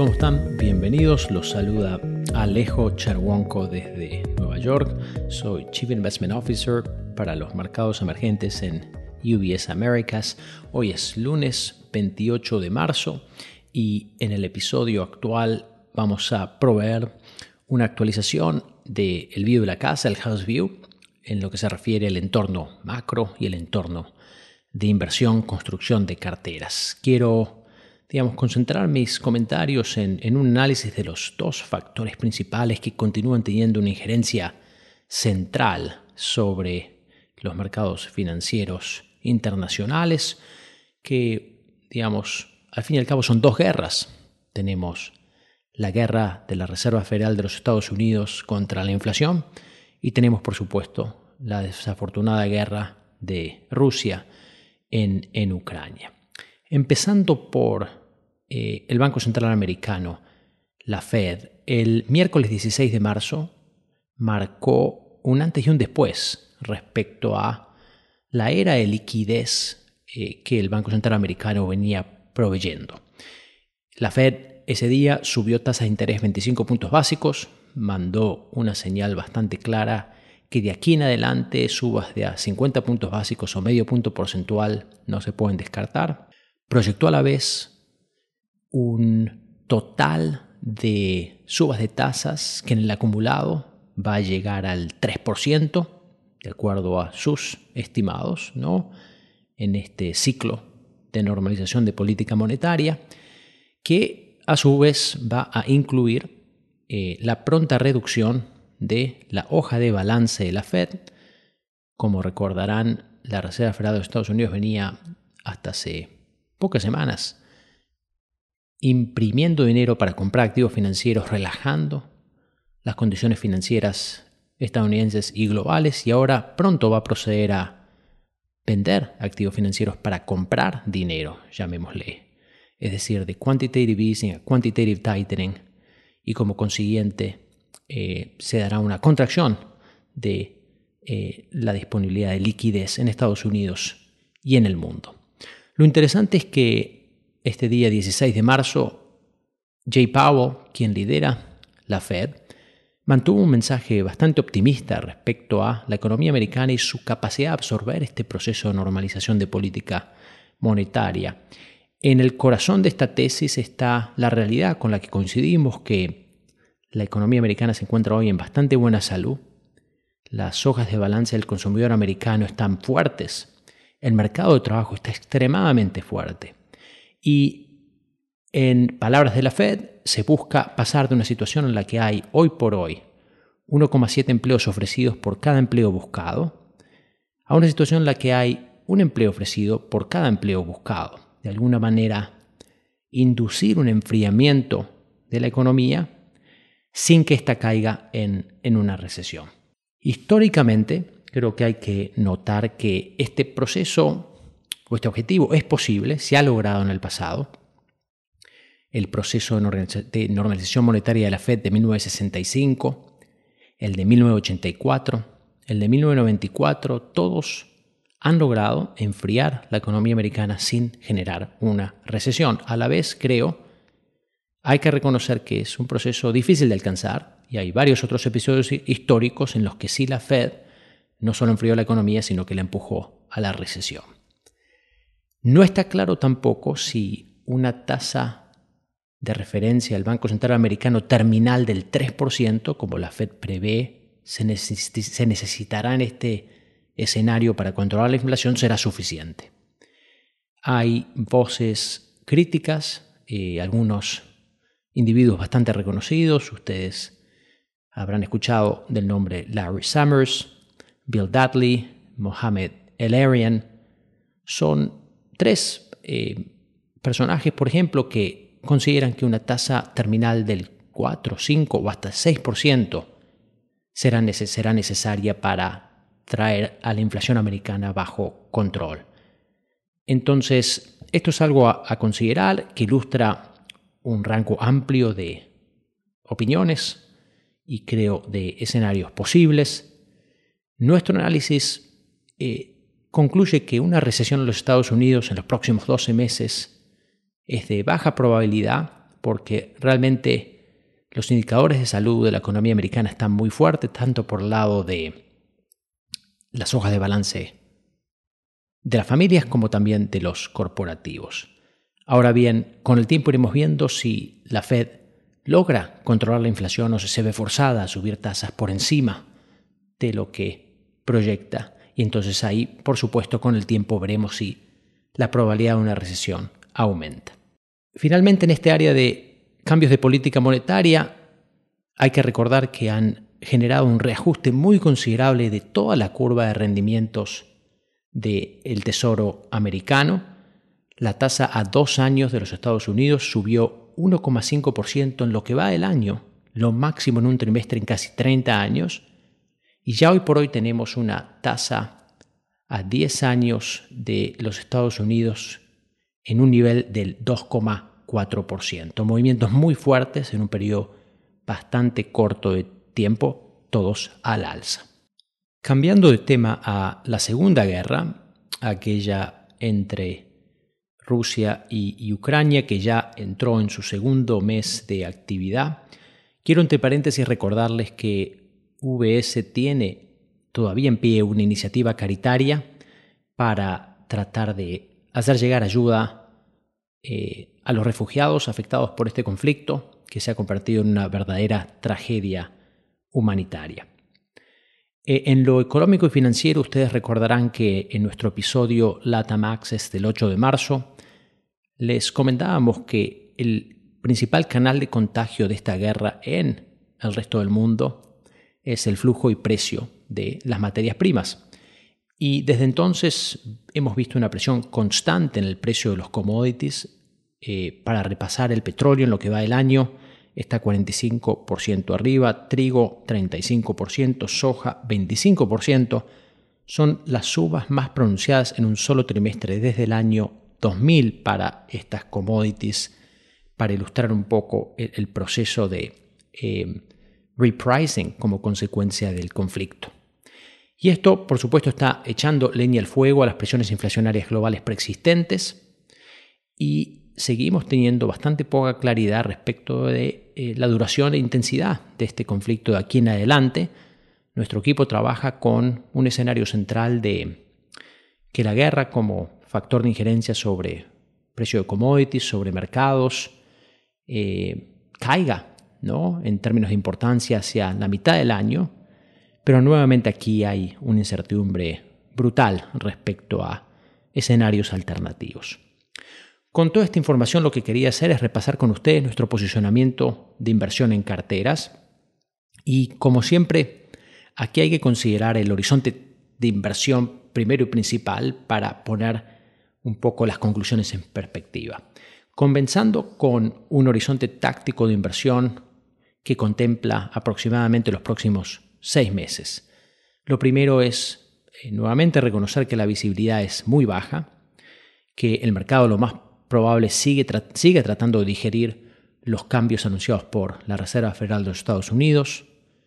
¿Cómo están? Bienvenidos. Los saluda Alejo Cherwonko desde Nueva York. Soy Chief Investment Officer para los mercados emergentes en UBS Americas. Hoy es lunes 28 de marzo y en el episodio actual vamos a proveer una actualización del view de la casa, el house view, en lo que se refiere al entorno macro y el entorno de inversión, construcción de carteras. Quiero concentrar mis comentarios en un análisis de los dos factores principales que continúan teniendo una injerencia central sobre los mercados financieros internacionales, que, al fin y al cabo son dos guerras. Tenemos la guerra de la Reserva Federal de los Estados Unidos contra la inflación y tenemos, por supuesto, la desafortunada guerra de Rusia en Ucrania. Empezando por el Banco Central Americano, la Fed, el miércoles 16 de marzo marcó un antes y un después respecto a la era de liquidez que el Banco Central Americano venía proveyendo. La Fed ese día subió tasa de interés 25 puntos básicos, mandó una señal bastante clara que de aquí en adelante subas de a 50 puntos básicos o medio punto porcentual no se pueden descartar. Proyectó a la vez un total de subas de tasas que en el acumulado va a llegar al 3%, de acuerdo a sus estimados, ¿no?, en este ciclo de normalización de política monetaria, que a su vez va a incluir la pronta reducción de la hoja de balance de la Fed. Como recordarán, la Reserva Federal de los Estados Unidos venía hasta hace pocas semanas imprimiendo dinero para comprar activos financieros, relajando las condiciones financieras estadounidenses y globales, y ahora pronto va a proceder a vender activos financieros para comprar dinero, llamémosle. Es decir, de quantitative easing a quantitative tightening, y como consiguiente se dará una contracción de la disponibilidad de liquidez en Estados Unidos y en el mundo. Lo interesante es que este día 16 de marzo, Jay Powell, quien lidera la Fed, mantuvo un mensaje bastante optimista respecto a la economía americana y su capacidad de absorber este proceso de normalización de política monetaria. En el corazón de esta tesis está la realidad con la que coincidimos, que la economía americana se encuentra hoy en bastante buena salud. Las hojas de balance del consumidor americano están fuertes. El mercado de trabajo está extremadamente fuerte. Y en palabras de la Fed, se busca pasar de una situación en la que hay hoy por hoy 1,7 empleos ofrecidos por cada empleo buscado a una situación en la que hay un empleo ofrecido por cada empleo buscado. De alguna manera, inducir un enfriamiento de la economía sin que ésta caiga en una recesión. Históricamente, creo que hay que notar que este proceso o este objetivo es posible, se ha logrado en el pasado. El proceso de normalización monetaria de la Fed de 1965, el de 1984, el de 1994, todos han logrado enfriar la economía americana sin generar una recesión. A la vez, creo, hay que reconocer que es un proceso difícil de alcanzar y hay varios otros episodios históricos en los que sí la Fed no solo enfrió la economía, sino que la empujó a la recesión. No está claro tampoco si una tasa de referencia del Banco Central Americano terminal del 3%, como la Fed prevé, se necesitará en este escenario para controlar la inflación, será suficiente. Hay voces críticas, algunos individuos bastante reconocidos. Ustedes habrán escuchado del nombre Larry Summers, Bill Dudley, Mohamed El-Erian. Son tres personajes, por ejemplo, que consideran que una tasa terminal del 4, 5 o hasta 6% será necesaria para traer a la inflación americana bajo control. Entonces, esto es algo a considerar, que ilustra un rango amplio de opiniones y creo de escenarios posibles. Nuestro análisis concluye que una recesión en los Estados Unidos en los próximos 12 meses es de baja probabilidad, porque realmente los indicadores de salud de la economía americana están muy fuertes, tanto por el lado de las hojas de balance de las familias como también de los corporativos. Ahora bien, con el tiempo iremos viendo si la Fed logra controlar la inflación o si se ve forzada a subir tasas por encima de lo que proyecta. Y entonces ahí, por supuesto, con el tiempo veremos si la probabilidad de una recesión aumenta. Finalmente, en este área de cambios de política monetaria, hay que recordar que han generado un reajuste muy considerable de toda la curva de rendimientos del Tesoro americano. La tasa a 2 años de los Estados Unidos subió 1,5% en lo que va del año, lo máximo en un trimestre en casi 30 años. Y ya hoy por hoy tenemos una tasa a 10 años de los Estados Unidos en un nivel del 2,4%. Movimientos muy fuertes en un periodo bastante corto de tiempo, todos al alza. Cambiando de tema a la Segunda Guerra, aquella entre Rusia y Ucrania, que ya entró en su segundo mes de actividad, quiero entre paréntesis recordarles que UBS tiene todavía en pie una iniciativa caritaria para tratar de hacer llegar ayuda a los refugiados afectados por este conflicto, que se ha convertido en una verdadera tragedia humanitaria. En lo económico y financiero, ustedes recordarán que en nuestro episodio LATAM Access del 8 de marzo les comentábamos que el principal canal de contagio de esta guerra en el resto del mundo es el flujo y precio de las materias primas. Y desde entonces hemos visto una presión constante en el precio de los commodities. Para repasar, el petróleo en lo que va del año está 45% arriba, trigo 35%, soja 25%. Son las subas más pronunciadas en un solo trimestre desde el año 2000 para estas commodities, para ilustrar un poco el proceso de repricing como consecuencia del conflicto. Y esto, por supuesto, está echando leña al fuego a las presiones inflacionarias globales preexistentes y seguimos teniendo bastante poca claridad respecto de la duración e intensidad de este conflicto de aquí en adelante. Nuestro equipo trabaja con un escenario central de que la guerra como factor de injerencia sobre precio de commodities, sobre mercados, caiga, ¿no?, en términos de importancia hacia la mitad del año. Pero nuevamente aquí hay una incertidumbre brutal respecto a escenarios alternativos. Con toda esta información lo que quería hacer es repasar con ustedes nuestro posicionamiento de inversión en carteras. Y como siempre, aquí hay que considerar el horizonte de inversión primero y principal para poner un poco las conclusiones en perspectiva. Comenzando con un horizonte táctico de inversión que contempla aproximadamente los próximos 6 meses. Lo primero es nuevamente reconocer que la visibilidad es muy baja, que el mercado lo más probable sigue tratando de digerir los cambios anunciados por la Reserva Federal de los Estados Unidos,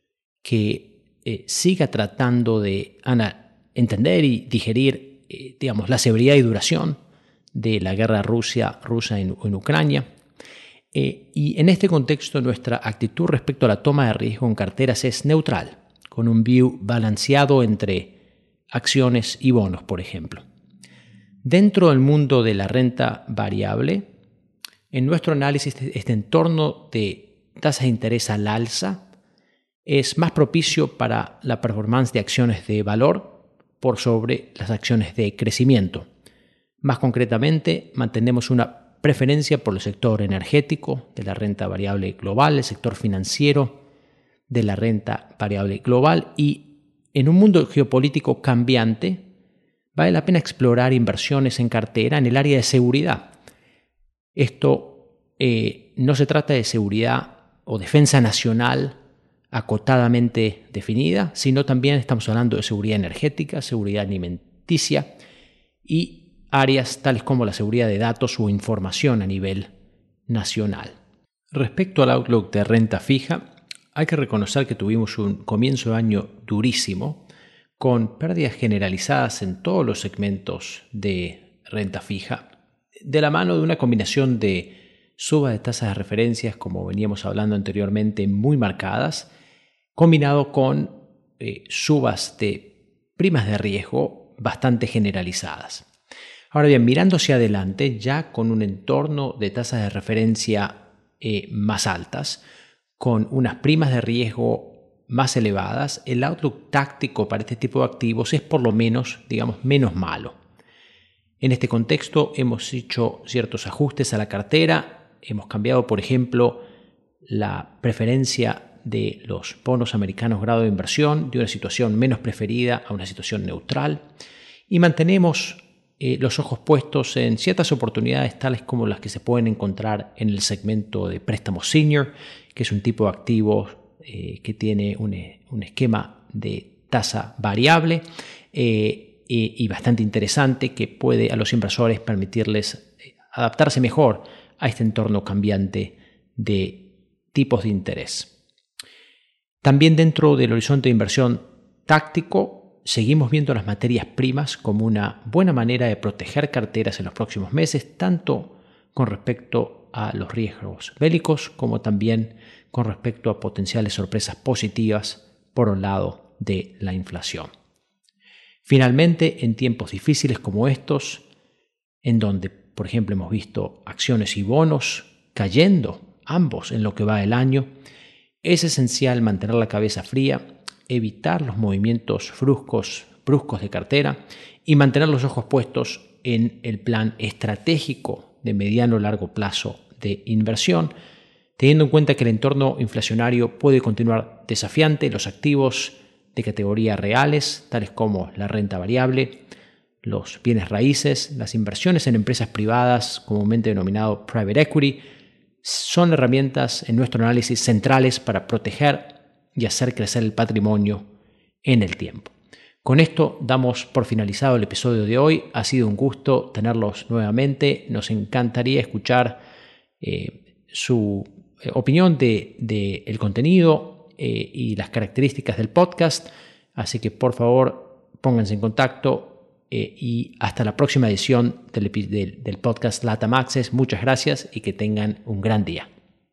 que siga tratando de entender y digerir la severidad y duración de la guerra rusa en Ucrania. Y en este contexto nuestra actitud respecto a la toma de riesgo en carteras es neutral, con un view balanceado entre acciones y bonos, por ejemplo. Dentro del mundo de la renta variable, en nuestro análisis este entorno de tasas de interés al alza es más propicio para la performance de acciones de valor por sobre las acciones de crecimiento. Más concretamente, mantenemos una preferencia por el sector energético de la renta variable global, el sector financiero de la renta variable global, y en un mundo geopolítico cambiante vale la pena explorar inversiones en cartera en el área de seguridad. Esto no se trata de seguridad o defensa nacional acotadamente definida, sino también estamos hablando de seguridad energética, seguridad alimenticia y áreas tales como la seguridad de datos o información a nivel nacional. Respecto al outlook de renta fija, hay que reconocer que tuvimos un comienzo de año durísimo, con pérdidas generalizadas en todos los segmentos de renta fija, de la mano de una combinación de suba de tasas de referencias, como veníamos hablando anteriormente, muy marcadas, combinado con subas de primas de riesgo bastante generalizadas. Ahora bien, mirando hacia adelante, ya con un entorno de tasas de referencia más altas, con unas primas de riesgo más elevadas, el outlook táctico para este tipo de activos es por lo menos, digamos, menos malo. En este contexto hemos hecho ciertos ajustes a la cartera, hemos cambiado, por ejemplo, la preferencia de los bonos americanos grado de inversión de una situación menos preferida a una situación neutral y mantenemos los ojos puestos en ciertas oportunidades tales como las que se pueden encontrar en el segmento de préstamos senior, que es un tipo de activo que tiene un esquema de tasa variable y bastante interesante que puede a los inversores permitirles adaptarse mejor a este entorno cambiante de tipos de interés. También dentro del horizonte de inversión táctico, seguimos viendo las materias primas como una buena manera de proteger carteras en los próximos meses, tanto con respecto a los riesgos bélicos como también con respecto a potenciales sorpresas positivas por un lado de la inflación. Finalmente, en tiempos difíciles como estos, en donde, por ejemplo, hemos visto acciones y bonos cayendo, ambos en lo que va del año, es esencial mantener la cabeza fría, evitar los movimientos bruscos de cartera y mantener los ojos puestos en el plan estratégico de mediano o largo plazo de inversión, teniendo en cuenta que el entorno inflacionario puede continuar desafiante. Los activos de categoría reales, tales como la renta variable, los bienes raíces, las inversiones en empresas privadas, comúnmente denominado private equity, son herramientas en nuestro análisis centrales para proteger y hacer crecer el patrimonio en el tiempo. Con esto damos por finalizado el episodio de hoy. Ha sido un gusto tenerlos nuevamente. Nos encantaría escuchar su opinión del contenido y las características del podcast. Así que por favor pónganse en contacto y hasta la próxima edición del podcast LATAM Access. Muchas gracias y que tengan un gran día.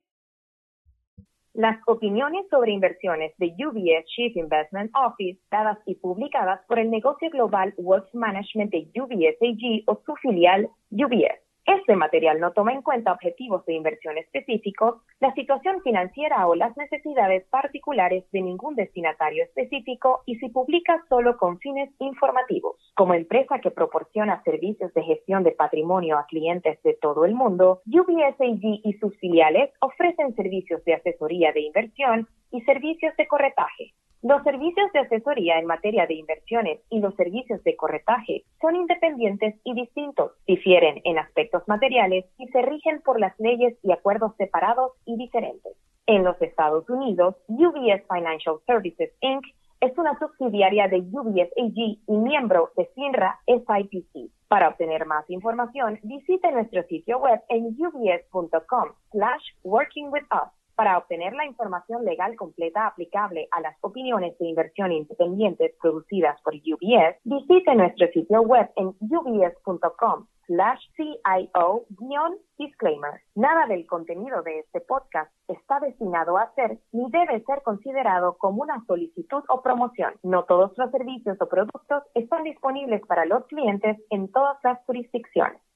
Las opiniones sobre inversiones de UBS Chief Investment Office, dadas y publicadas por el negocio global Wealth Management de UBS AG o su filial UBS. Este material no toma en cuenta objetivos de inversión específicos, la situación financiera o las necesidades particulares de ningún destinatario específico y se publica solo con fines informativos. Como empresa que proporciona servicios de gestión de patrimonio a clientes de todo el mundo, UBS AG y sus filiales ofrecen servicios de asesoría de inversión y servicios de corretaje. Los servicios de asesoría en materia de inversiones y los servicios de corretaje son independientes y distintos, difieren en aspectos materiales y se rigen por las leyes y acuerdos separados y diferentes. En los Estados Unidos, UBS Financial Services Inc. es una subsidiaria de UBS AG y miembro de FINRA SIPC. Para obtener más información, visite nuestro sitio web en ubs.com/workingwithus. Para obtener la información legal completa aplicable a las opiniones de inversión independientes producidas por UBS, visite nuestro sitio web en ubs.com/CIO-disclaimer. Nada del contenido de este podcast está destinado a ser ni debe ser considerado como una solicitud o promoción. No todos los servicios o productos están disponibles para los clientes en todas las jurisdicciones.